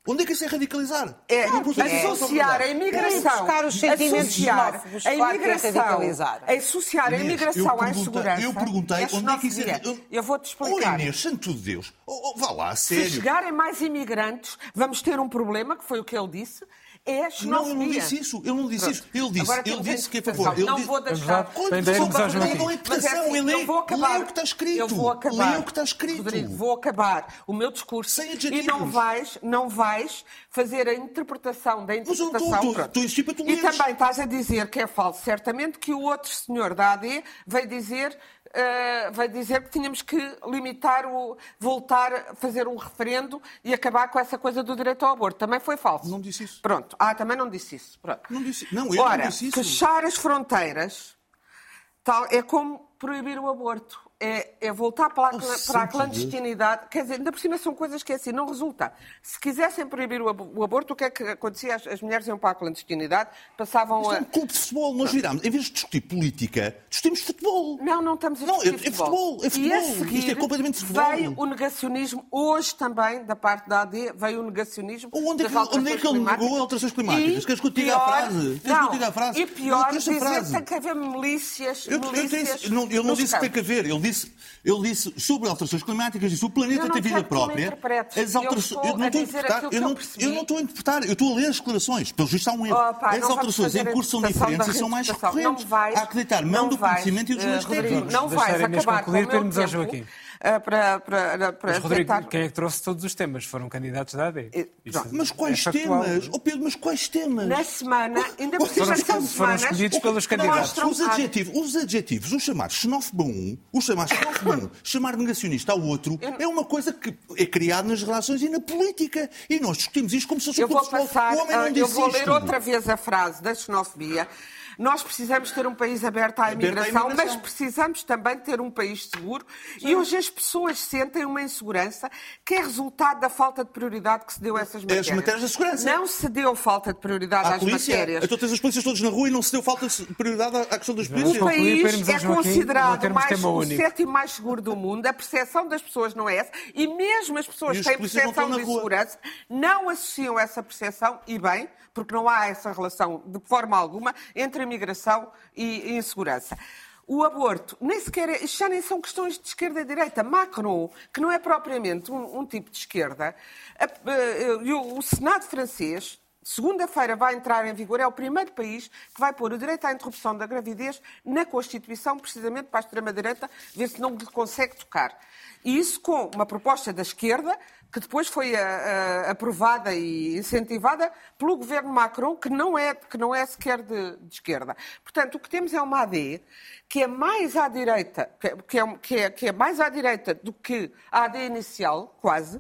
Onde é que isso é radicalizar? É, Não, é associar a imigração, buscar os sentimentos associar xenófobos, a claro que é imigração, radicalizar. associar a Inês, imigração eu à perguntei- insegurança. eu perguntei é onde é que isso é- xenofobia. eu- Eu vou-te Oh, explicar. Inês, santo de Deus. Oh, oh, vá lá, a Se sério. chegarem mais imigrantes, vamos ter um problema, que foi o que ele disse, é a xenofobia. Não, ele não disse isso. Ele não disse isso. Ele disse, Agora ele temos disse que é a interpretação. favor. Ele Não disse- vou deixar. Verdade. Bem, daremos ao Joaquim. Não é interpretação, Mas é assim, ele eu é- vou acabar. lê o que está escrito. Eu vou acabar. Lê o que está escrito. Rodrigo, vou acabar o meu discurso. Sem E adjetivos. não vais, não vais fazer a interpretação da Mas eu não interpretação. estou- Pronto. estou a insistir para tu E leres. também estás a dizer que é falso, certamente, que o outro senhor da A D veio dizer, uh, veio dizer que tínhamos que limitar o. voltar a fazer um referendo e acabar com essa coisa do direito ao aborto. Também foi falso. Não disse isso. Pronto. Ah, também não disse isso. Pronto. Não disse- não, eu não Ora, disse isso. fechar as fronteiras tal, é como proibir o aborto. É, é voltar para a, Oh, para a santo clandestinidade. Quer dizer, ainda por cima são coisas que é assim, não resulta. Se quisessem proibir o abo- o aborto, o que é que acontecia? As, as mulheres iam para a clandestinidade, passavam Isto é a... um clube de futebol. Nós virámos. Em vez de discutir política, discutimos futebol. Não, não estamos a Não, discutir é- é futebol, é E a futebol. seguir Isto é completamente futebol. veio o negacionismo, hoje também, da parte da A D, veio o negacionismo Onde é das que, ele- onde é que ele alterações negou alterações climáticas? E Queres que eu te diga a pior- frase? Queres que eu Não, te diga a frase? E pior, Não, dizer esta frase. que tem que haver milícias, Eu, eu milícias disse, não, ele não nos disse que tem campos. que haver. Ele disse, ele disse sobre alterações climáticas e se o planeta Eu não tem vida quero que tu me própria. interpretes. As Eu alterações. estou Eu não a estou a dizer interpretar. aquilo que Eu eu não, percebi. eu não estou a interpretar. Eu estou a ler as declarações. Pelo visto há um erro. Oh, pá, as não vamos alterações fazer em curso são a interpretação diferentes e da são mais interpretação. recorrentes. Não vais, Há que acreditar mão não do vais, conhecimento e dos eh, estéticos. Rodrigo, não Deixar vais a Inês acabar concluir, com o meu termos ao tempo Joaquim. eh, para, para, para Mas, Rodrigo, tentar... quem é que trouxe todos os temas? Foram candidatos da A D. Eh, Isso pronto. Mas quais é factual. temas? Oh Pedro, mas quais temas? Na semana, ainda por Foram cima escolhidos- são foram semanas... escolhidos pelos que candidatos. mostram- Os adjetivos, os adjetivos, os chamados xenófobo um, o chamar xenófobo um, chamar negacionista ao outro, é uma coisa que é criada nas relações e na política. E nós discutimos isto como se fosse Eu um clube vou de futebol. passar, O homem não ah, eu disse vou ler isto. outra vez a frase da xenofobia. Nós precisamos ter um país aberto à Aberto à imigração, imigração. mas precisamos também ter um país seguro. E hoje as pessoas sentem uma insegurança que é resultado da falta de prioridade que se deu a essas matérias. matérias da segurança. Não se deu falta de prioridade À às polícia. matérias. Então tens as polícias todas na rua e não se deu falta de prioridade à à questão das Vamos O polícias. concluir, para país irmos ao é Joaquim, não considerado termos mais, tema o único. sétimo mais seguro do mundo. A percepção das pessoas não é essa. E mesmo as pessoas E que os têm polícias não percepção estão de na rua. insegurança não associam essa percepção, e bem, porque não há essa relação de forma alguma entre imigração e insegurança. O aborto, nem sequer, é- isto já nem são questões de esquerda e direita. Macron, que não é propriamente um, um tipo de esquerda, a- a- e o, o Senado francês, segunda-feira vai entrar em vigor, é o primeiro país que vai pôr o direito à interrupção da gravidez na Constituição, precisamente para a extrema-direita ver se não lhe consegue tocar. E isso com uma proposta da esquerda, que depois foi a, a, aprovada e incentivada pelo governo Macron, que não é, que não é sequer de, de esquerda. Portanto, o que temos é uma A D que é mais à direita, que é, que é, que é mais à direita do que a A D inicial, quase.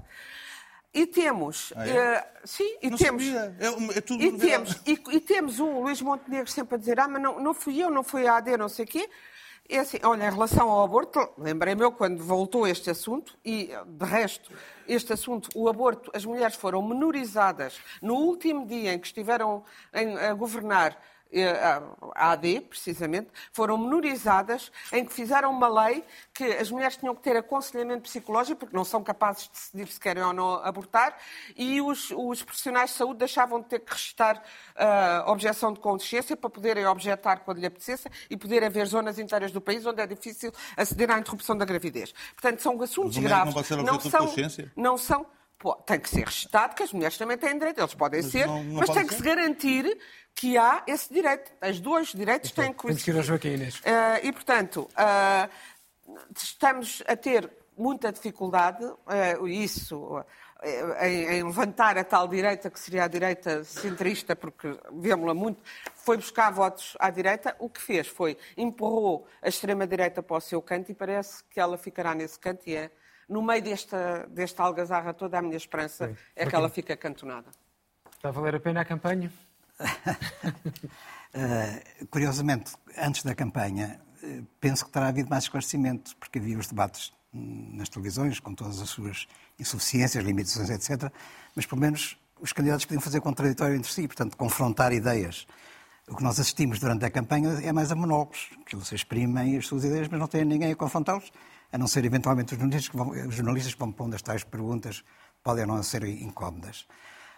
E temos, Ah, é? eh, sim, e Não temos, sabia. É uma- é tudo e novidade. temos, e, e temos um Luís Montenegro sempre a dizer, ah, mas não, não fui eu, não foi a A D, não sei o quê. É assim, olha, em relação ao aborto, lembrei-me eu quando voltou este assunto, e de resto, este assunto, o aborto, as mulheres foram menorizadas no último dia em que estiveram em- a governar a A D, precisamente, foram menorizadas, em que fizeram uma lei que as mulheres tinham que ter aconselhamento psicológico, porque não são capazes de decidir se querem ou não abortar, e os, os profissionais de saúde deixavam de ter que registrar a objeção de consciência para poderem objetar quando lhe apetecesse e poder haver zonas inteiras do país onde é difícil aceder à interrupção da gravidez. Portanto, são assuntos Mas o médico graves. não pode ser não objetor de são, consciência? não são Pô, tem que ser registado, que as mulheres também têm direito, eles podem Mas ser, não- não mas pode tem que ser? se garantir que há esse direito. Os dois direitos têm que Temos que ir ao Joaquim, Inês. Uh, e, portanto, uh, estamos a ter muita dificuldade, uh, isso, uh, em, em levantar a tal direita, que seria a direita centrista, porque vemos-la muito, foi buscar votos à direita. O que fez foi, empurrou a extrema-direita para o seu canto e parece que ela ficará nesse canto e é, no meio desta, desta algazarra toda, a minha esperança Sim. é que ela fique acantonada. Está a valer a pena a campanha? Uh, curiosamente, antes da campanha, uh, penso que terá havido mais esclarecimento, porque havia os debates hum, nas televisões, com todas as suas insuficiências, limitações, etcétera. Mas, pelo menos, os candidatos podiam fazer contraditório entre si, portanto, confrontar ideias. O que nós assistimos durante a campanha é mais a monólogos, que eles exprimem as suas ideias, mas não têm ninguém a confrontá-los, a não ser, eventualmente, os jornalistas que vão, os jornalistas que vão pondo as tais perguntas, podem não ser incómodas.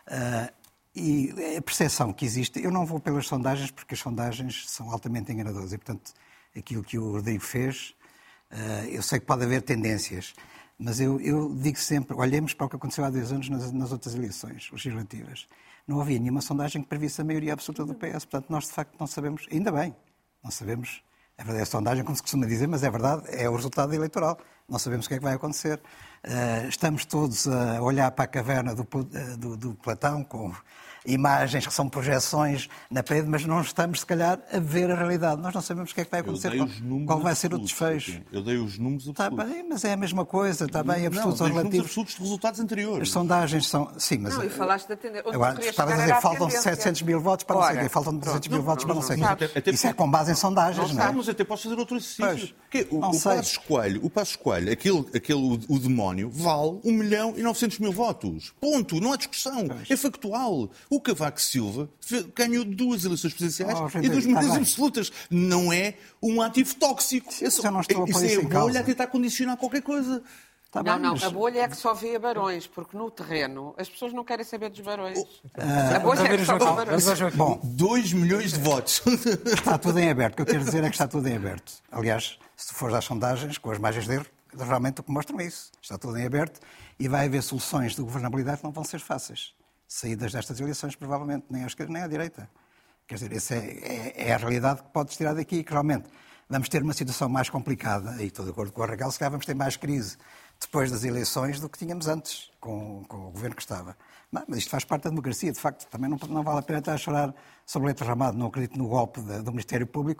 Uh, e a percepção que existe, eu não vou pelas sondagens, porque as sondagens são altamente enganadoras e, portanto, aquilo que o Rodrigo fez, uh, eu sei que pode haver tendências, mas eu, eu digo sempre, olhemos para o que aconteceu há dois anos nas, nas outras eleições legislativas. Não havia nenhuma sondagem que previsse a maioria absoluta do P S, portanto, nós de facto não sabemos, ainda bem, não sabemos, é verdade, é a sondagem, como se costuma dizer, mas é verdade, é o resultado eleitoral, não sabemos o que é que vai acontecer. Uh, estamos todos a olhar para a caverna do, do, do Platão, com imagens que são projeções na parede, mas não estamos, se calhar, a ver a realidade. Nós não sabemos o que é que vai acontecer, qual, qual vai ser o desfecho. Eu dei os números absolutos. Está bem, mas é a mesma coisa, está bem, absolutos são relativos. Os números absolutos de resultados anteriores. As sondagens são... Sim, mas... Não, e falaste da tendência. Agora, estavas a dizer, faltam setecentos mil votos para não sei o quê, faltam duzentos mil votos para não sei o quê. Isso é com base em sondagens, não é? Mas até posso fazer outro exercício. Pois, o, o Passos Coelho, o Passos Coelho, aquele, aquele, o, o demónio, vale um milhão e novecentos mil votos. Ponto. Não há discussão. Pois. É factual. O Cavaco Silva ganhou duas eleições presidenciais oh, e duas maiorias absolutas. Não é um ativo tóxico. Sim, isso, eu não estou a isso é a bolha a tentar condicionar qualquer coisa. Tá não, bem, não, mas... a bolha é que só vê barões, porque no terreno as pessoas não querem saber dos barões. Uh, a bolha é que só vê barões. Bom, dois milhões de votos. Está tudo em aberto. O que eu quero dizer é que está tudo em aberto. Aliás, se tu fores às sondagens, com as margens de erro, realmente o que mostram é isso. Está tudo em aberto e vai haver soluções de governabilidade que não vão ser fáceis. Saídas destas eleições, provavelmente, nem à esquerda nem à direita. Quer dizer, essa é, é, é a realidade que podes tirar daqui, que realmente vamos ter uma situação mais complicada, e estou de acordo com a Raquel, se calhar vamos ter mais crise depois das eleições do que tínhamos antes, com, com o governo que estava. Mas, mas isto faz parte da democracia, de facto. Também não, não vale a pena estar a chorar sobre o leite derramado. Não acredito no golpe de, do Ministério Público.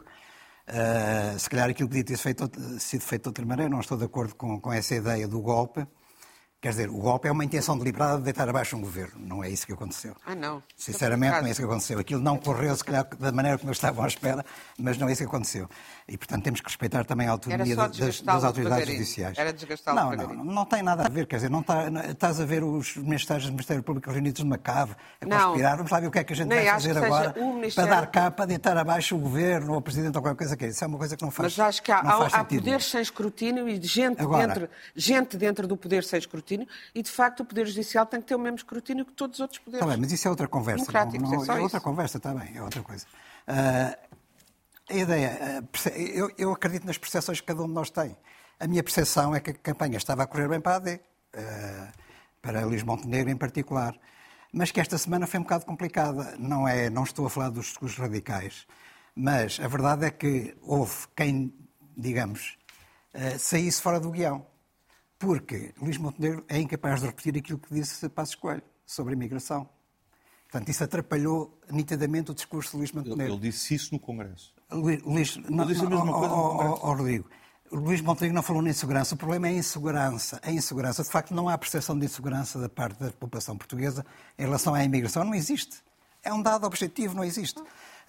Uh, se calhar aquilo que podia ter feito, sido feito de outra maneira, não estou de acordo com, com essa ideia do golpe. Quer dizer, o golpe é uma intenção deliberada de deitar abaixo um governo. Não é isso que aconteceu. Ah, não. Sinceramente, não é isso que aconteceu. Aquilo não correu, se calhar, da maneira como eles estavam à espera, mas não é isso que aconteceu. E, portanto, temos que respeitar também a autonomia das, das autoridades judiciais. Era desgastá-lo. Não, não, não, não tem nada a ver. Quer dizer, não está, não, estás a ver os ministérios do Ministério Público reunidos numa cave, a conspirar. Não. Vamos lá ver o que é que a gente Nem vai fazer agora Ministério... para dar cá, para deitar abaixo o governo ou o presidente ou qualquer coisa que é isso. É uma coisa que não faz sentido. Mas acho que há, há, há poderes nenhum. sem escrutínio e gente, agora, dentro, gente dentro do poder sem escrutínio e, de facto, o Poder Judicial tem que ter o mesmo escrutínio que todos os outros poderes. Está bem, mas isso é outra conversa. Democráticos, não, não, é só é isso. outra conversa, está bem, é outra coisa. Uh, a ideia, uh, eu, eu acredito nas percepções que cada um de nós tem. A minha percepção é que a campanha estava a correr bem para a A D, uh, para Luís Montenegro em particular, mas que esta semana foi um bocado complicada. Não, é, não estou a falar dos discursos radicais, mas a verdade é que houve quem, digamos, uh, saísse fora do guião. Porque Luís Montenegro é incapaz de repetir aquilo que disse Passos Coelho sobre a imigração. Portanto, isso atrapalhou nitidamente o discurso de Luís Montenegro. Ele, ele disse isso no Congresso. Luís, Luís, não, ele disse a mesma não, coisa no Congresso. Oh, oh, Rodrigo, Luís Montenegro não falou na insegurança. O problema é a insegurança. A insegurança. De facto, não há percepção de insegurança da parte da população portuguesa em relação à imigração. Não existe. É um dado objetivo, não existe.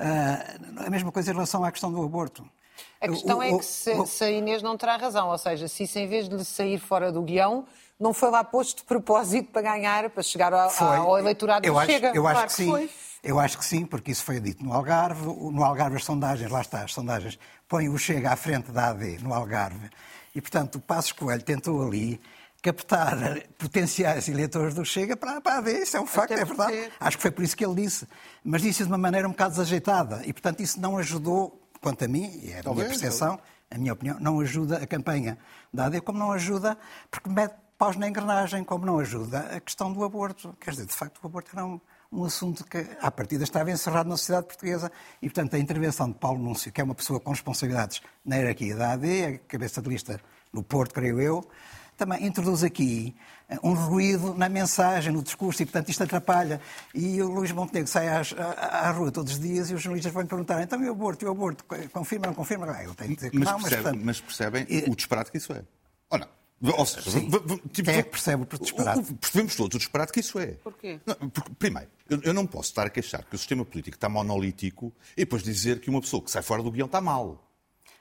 Uh, a mesma coisa em relação à questão do aborto. A questão o, é que se, o, se a Inês não terá razão, ou seja, se isso em vez de lhe sair fora do guião, não foi lá posto de propósito para ganhar, para chegar ao, ao eleitorado eu que acho, chega. Eu claro acho que, que sim. Foi. Eu acho que sim, porque isso foi dito no Algarve. No Algarve as sondagens, lá está, as sondagens, põem o Chega à frente da A D no Algarve. E, portanto, o Passos Coelho tentou ali captar potenciais eleitores do Chega para, para a A D. Isso é um facto, é verdade. Ser. Acho que foi por isso que ele disse. Mas disse de uma maneira um bocado desajeitada. E, portanto, isso não ajudou, quanto a mim, e é a talvez, minha percepção, talvez. A minha opinião, não ajuda a campanha da A D, como não ajuda, porque mete paus na engrenagem, como não ajuda a questão do aborto. Quer dizer, de facto, o aborto era um, um assunto que, à partida, estava encerrado na sociedade portuguesa e, portanto, a intervenção de Paulo Núncio, que é uma pessoa com responsabilidades na hierarquia da A D, a cabeça de lista no Porto, creio eu, também introduz aqui um ruído na mensagem, no discurso, e, portanto, isto atrapalha. E o Luís Montenegro sai às, à, à rua todos os dias e os jornalistas vão-lhe perguntar, então, e o aborto, e o aborto, confirma ou não confirma? Eu tenho que dizer que mas não, percebe, mas... Portanto, mas percebem e... o disparate que isso é? Ou não? Ou seja, sim. Tipo, quem é que percebe o disparate? Percebemos todos o disparate que isso é. Porquê? Não, porque, primeiro, eu, eu não posso estar a queixar que o sistema político está monolítico e depois dizer que uma pessoa que sai fora do guião está mal.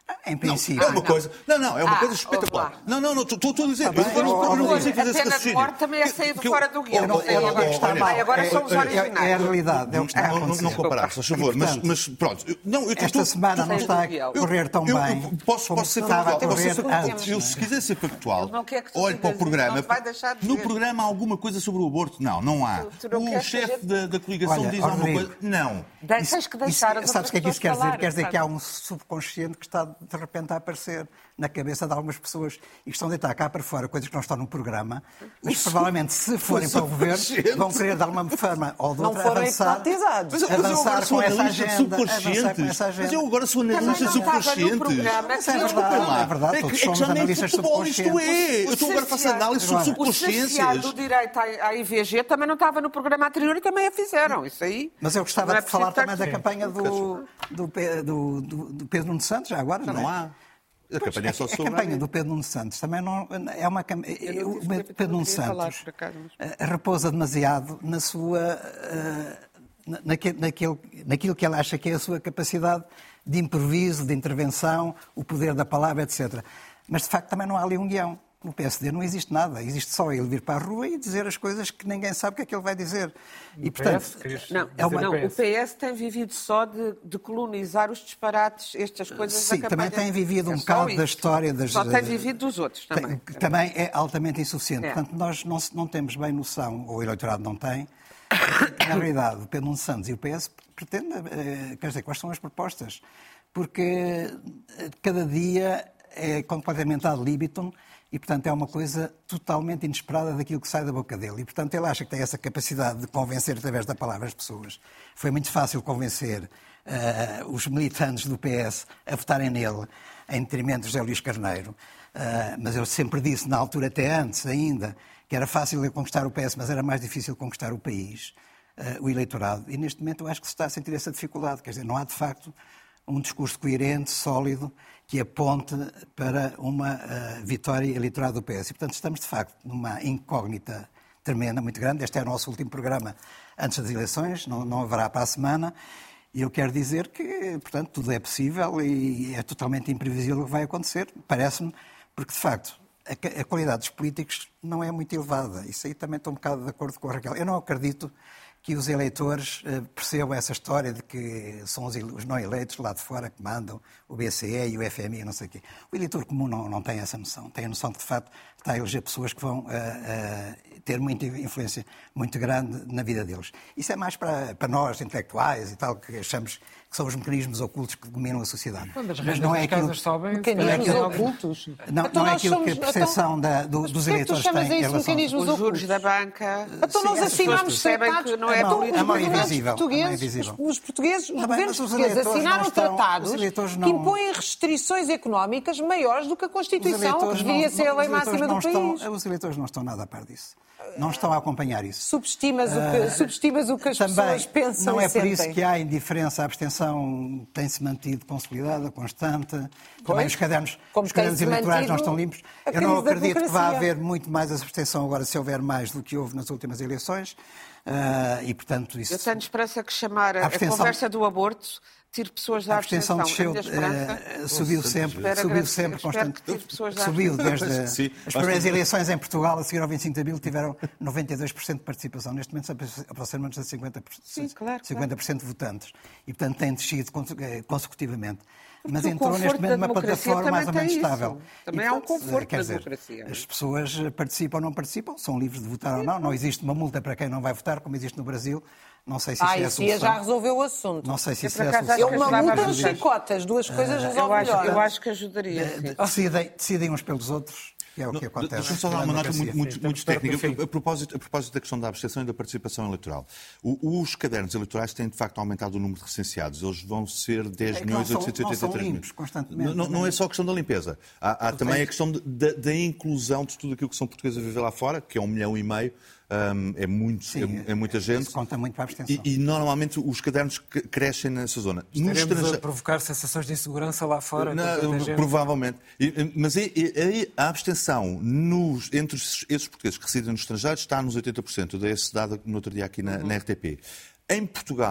Em princípio. Não, é uma coisa. Não, não, é uma Ah, coisa espetacular. ouve lá. Não, não, não, estou a dizer. Tá Eu bem, agora ó, não ó, consigo fazer a esse pena de raciocínio. morte também é saído Que eu- fora do guião. Eu não- sei é o agora. que está mal. Ai, agora É- são os é- originais. É a realidade, é o que está a Não, não, acontecer. não comparar, se faz favor. E, Mas, portanto, mas pronto. eu- Não, eu Esta estou- semana não Sei está do guião. a correr tão eu, bem. eu posso, como posso ser estava factual. a Posso ser correr factual. antes. Eu, se quiser ser factual, Ele não quer que tu olhe para o digas isso, programa. não te vai deixar de No dizer. programa há alguma coisa sobre o aborto? Não, não há. Tu- tu não O queres que a chefe gente- da, da coligação Olha, diz ó, alguma Rodrigo, coisa? Não. De- Tens que deixar as Isso, sabes o que é que outras isso quer dizer? pessoas Quer dizer que há falarem, um subconsciente que está de repente a aparecer na cabeça de algumas pessoas e que estão a deitar cá para fora coisas que não estão no programa, mas provavelmente se forem para o governo vão querer de alguma forma ou de Não outra foram avançar, hipnotizados. Mas eu, mas eu agora avançar sou com essa analista de agenda. Avançar com subconscientes. essa agenda. Mas eu agora sou Também analista não de estava no subconscientes. programa. Mas é Não, verdade, Desculpem lá. é verdade, É todos que, é que somos já nem analistas futebol isto subconscientes. é. Eu estou agora a fazer análise sobre O subconsciências. cercear do direito à, à I V G também não estava no programa anterior e também a fizeram. Isso aí. Mas eu gostava não é de falar preciso também da estar- campanha do, do, Pe- do, do, do Pedro Nuno Santos, já agora, Já não, não é? há. A campanha é só A sobre. campanha do Pedro Nuno Santos também não é uma campanha. Eu não O disse que eu Pedro Nuno queria falar, Santos por acaso, mas- eh, repousa demasiado na sua, eh, na- naquele, naquele, naquilo que ele acha que é a sua capacidade de improviso, de intervenção, o poder da palavra, etcétera. Mas de facto também não há ali um guião. No P S D não existe nada. Existe só ele vir para a rua e dizer as coisas que ninguém sabe o que é que ele vai dizer. E portanto, Não, é uma- não, o P S tem vivido só de, de colonizar os disparates, estas coisas Sim, da também campanha. tem vivido É um só bocado isso. da história das... Só tem vivido dos outros Tem- também. que também é altamente insuficiente. É. Portanto, nós não, se- não temos bem noção, ou o eleitorado não tem, na realidade, o Pedro Nuno Santos e o P S pretendem, eh, quer dizer, quais são as propostas? Porque eh, cada dia é completamente ad libitum e, portanto, é uma coisa totalmente inesperada daquilo que sai da boca dele. E, portanto, ele acha que tem essa capacidade de convencer através da palavra as pessoas. Foi muito fácil convencer eh, os militantes do P S a votarem nele, em detrimento de José Luís Carneiro. Uh, mas eu sempre disse, na altura, até antes ainda, que era fácil eu conquistar o P S, mas era mais difícil conquistar o país, uh, o eleitorado. E neste momento eu acho que se está a sentir essa dificuldade. Quer dizer, não há de facto um discurso coerente, sólido, que aponte para uma uh, vitória eleitoral do P S. E, portanto, estamos de facto numa incógnita tremenda, muito grande. Este é o nosso último programa antes das eleições, não, não haverá para a semana. E eu quero dizer que, portanto, tudo é possível e é totalmente imprevisível o que vai acontecer, parece-me, porque, de facto, a, a qualidade dos políticos não é muito elevada. Isso aí também estou um bocado de acordo com a Raquel. Eu não acredito que os eleitores uh, percebam essa história de que são os, os não eleitos lá de fora que mandam, o B C E e o F M I, não sei o quê. O eleitor comum não, não tem essa noção. Tem a noção que, de facto, está a eleger pessoas que vão uh, uh, ter muita influência muito grande na vida deles. Isso é mais para, para nós, intelectuais e tal, que achamos que são os mecanismos ocultos que dominam a sociedade. Quando as Mas rendas não é das aquilo... casas sobem, Mecanismos aquilo- ocultos. Não, Então não é nós aquilo que a somos- percepção da, do, Mas dos porquê é que tu eleitores chamas têm a em isso relação... mecanismos Os juros ocultos? da banca. Então nós Sim, as assinámos pessoas percebem tratados. que não é A mão- política. a mão Os governantes invisível, a mão portugueses, invisível. os, os portugueses, os Tá bem, governos mas os portugueses eleitores assinaram não estão- tratados os eleitores não- que impõem restrições económicas maiores do que a Os Constituição, que eleitores deveria não- ser a os lei eleitores máxima não do estão- país. Os eleitores não estão nada a par disso. Não estão a acompanhar isso. Subestimas o que, subestimas o que as Também, pessoas pensam não é e por isso sentem. que há indiferença, a abstenção tem-se mantido consolidada, constante. Também Pois, os cadernos, como os cadernos tem-se eleitorais não mantido estão limpos. a Eu não crise da acredito que vá democracia. haver muito mais abstenção agora, se houver mais do que houve nas últimas eleições. Ah, e, portanto, isso... Eu tenho esperança que chamar a, A a abstenção- conversa do aborto tire pessoas da A abstenção abstenção. desceu, A minha esperança... eh, subiu sempre, Espero subiu agradecer- sempre espero constante. que tire pessoas da Subiu abstenção. desde Sim, as acho primeiras que- eleições em Portugal, a seguir ao vinte e cinco de Abril, tiveram noventa e dois por cento de participação. Neste momento aproximamos-nos de cinquenta por cento, Sim, claro, cinquenta por cento de votantes. E, portanto, tem descido conse- eh, consecutivamente. Mas o entrou neste conforto momento da numa democracia plataforma mais ou também menos tem estável. isso. Também E, há um portanto, conforto quer da dizer, democracia. As pessoas participam ou não participam, são livres de votar ou não. Não existe uma multa para quem não vai votar, como existe no Brasil. Não sei se isso Ah, é a isso ia solução. já resolveu o assunto. Não sei se Eu, isso por é a acaso, solução. acho que Uma ajudava multa a ou ajudar. chicotas, duas coisas Eu resolvem acho, melhor. eu acho que ajudaria. sim. Decidem, decidem uns pelos outros, que é o que acontece. Deixa-me só dar na uma nota democracia. muito, muito, Sim, muito estamos perto do técnica. fim. A propósito, a propósito da questão da abstenção e da participação eleitoral. O- os cadernos eleitorais têm, de facto, aumentado o número de recenseados. Eles vão ser dez É que milhões não são- oitocentos e oitenta e três não são mil. limpos constantemente, Não, não, também. não é só a questão da limpeza. Há, há também a questão de- da, da inclusão de tudo aquilo que são portugueses a viver lá fora, que é um milhão e meio. Hum, é, muito, Sim, é, é muita gente. isso conta muito para a abstenção. E, e, normalmente os cadernos que- crescem nessa zona. Nos Estaremos a estrange- provocar sensações de insegurança lá fora. com Não, tanta gente. provavelmente. E, Mas é- é- a abstenção nos- entre os- esses portugueses que residem no estrangeiro está nos oitenta por cento. Eu dei esse dado no outro dia aqui na, na R T P. Em Portugal,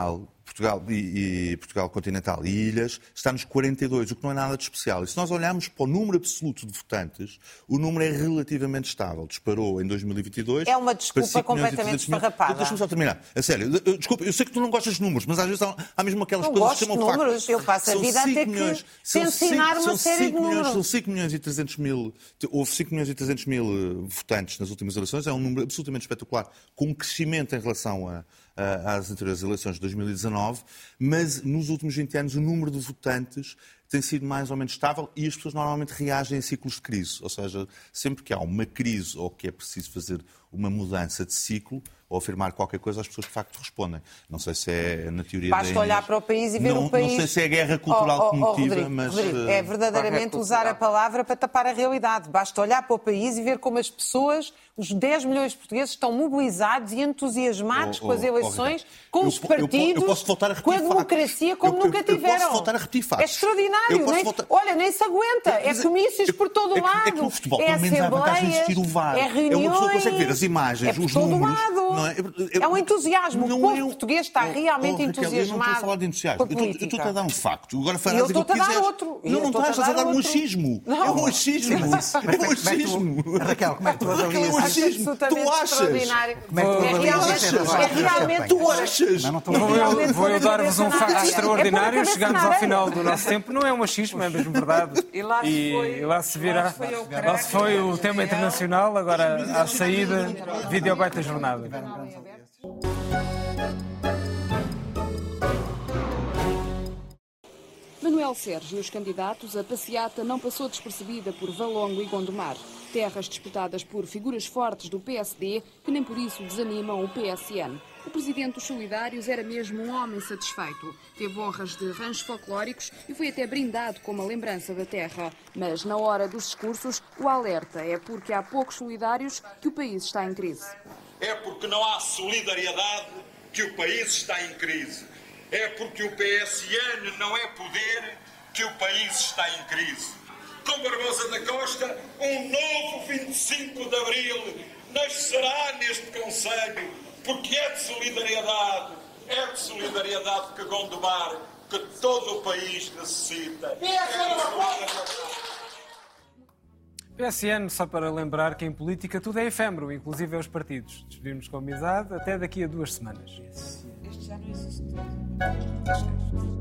Portugal, e, e Portugal continental e ilhas, está nos quarenta e dois, o que não é nada de especial. E se nós olharmos para o número absoluto de votantes, o número é relativamente estável. Disparou em dois mil e vinte e dois. É uma desculpa completamente esfarrapada. Deixa-me só terminar. A sério, desculpa, eu sei que tu não gostas de números, mas às vezes há, há mesmo aquelas não coisas que chamam de números. facto. Eu passo a vida a ter milhões, que ensinar uma série de números. São cinco milhões e trezentos mil, houve cinco milhões e trezentos mil votantes nas últimas eleições, é um número absolutamente espetacular, com um crescimento em relação a às anteriores eleições de dois mil e dezanove, mas nos últimos vinte anos o número de votantes tem sido mais ou menos estável e as pessoas normalmente reagem a ciclos de crise. Ou seja, sempre que há uma crise ou que é preciso fazer uma mudança de ciclo ou afirmar qualquer coisa, as pessoas de facto respondem. Não sei se é na teoria da Basta olhar para o país e ver não, o país... Não sei se é a guerra cultural oh, oh, que motiva, Rodrigo, mas... Rodrigo, é verdadeiramente usar a palavra para tapar a realidade. Basta olhar para o país e ver como as pessoas, os dez milhões de portugueses, estão mobilizados e entusiasmados oh, com as eleições, oh, com os eu, partidos, eu, eu, eu com a democracia, factos. como eu, nunca tiveram. Eu posso voltar a repetir factos. É extraordinário. Nem, voltar... Olha, nem se aguenta. É comícios por todo o lado. É que no futebol, pelo menos há vantagem de existir o V A R. É reuniões. É uma pessoa que consegue ver as imagens, é os todo números. Lado. Não é? é um entusiasmo. Não o povo é um... português está oh, realmente oh, entusiasmado. Eu não estou a falar de entusiasmo. Eu estou-te a dar um facto. Agora farás eu aquilo que quiseres. Outro. Não, não estás a dar um achismo. É um achismo. É um achismo. Raquel, como é que tu avalias isso? É um achismo. Tu achas? Como é que tu avalias isso? É realmente tu achas? Vou eu dar-vos um facto extraordinário. Chegamos ao final do nosso tempo. Não é um achismo, é mesmo verdade. E lá se foi, e lá se virá. Lá se foi o tema internacional. Agora, à saída, Videobite da jornada. Manuel Sérgio e os candidatos, a passeata não passou despercebida por Valongo e Gondomar. Terras disputadas por figuras fortes do P S D que nem por isso desanimam o P S N. O presidente dos Solidários era mesmo um homem satisfeito. Teve honras de ranchos folclóricos e foi até brindado com uma lembrança da terra. Mas na hora dos discursos, o alerta é porque há poucos solidários que o país está em crise. É porque não há solidariedade que o país está em crise. É porque o P S N não é poder que o país está em crise. Com Barbosa da Costa, um novo vinte e cinco de Abril nascerá neste Conselho, porque é de solidariedade, é de solidariedade que Gondomar, que todo o país necessita. P S N, só para lembrar que em política tudo é efêmero, inclusive os partidos. Despedimos com amizade até daqui a duas semanas. Este já não existe.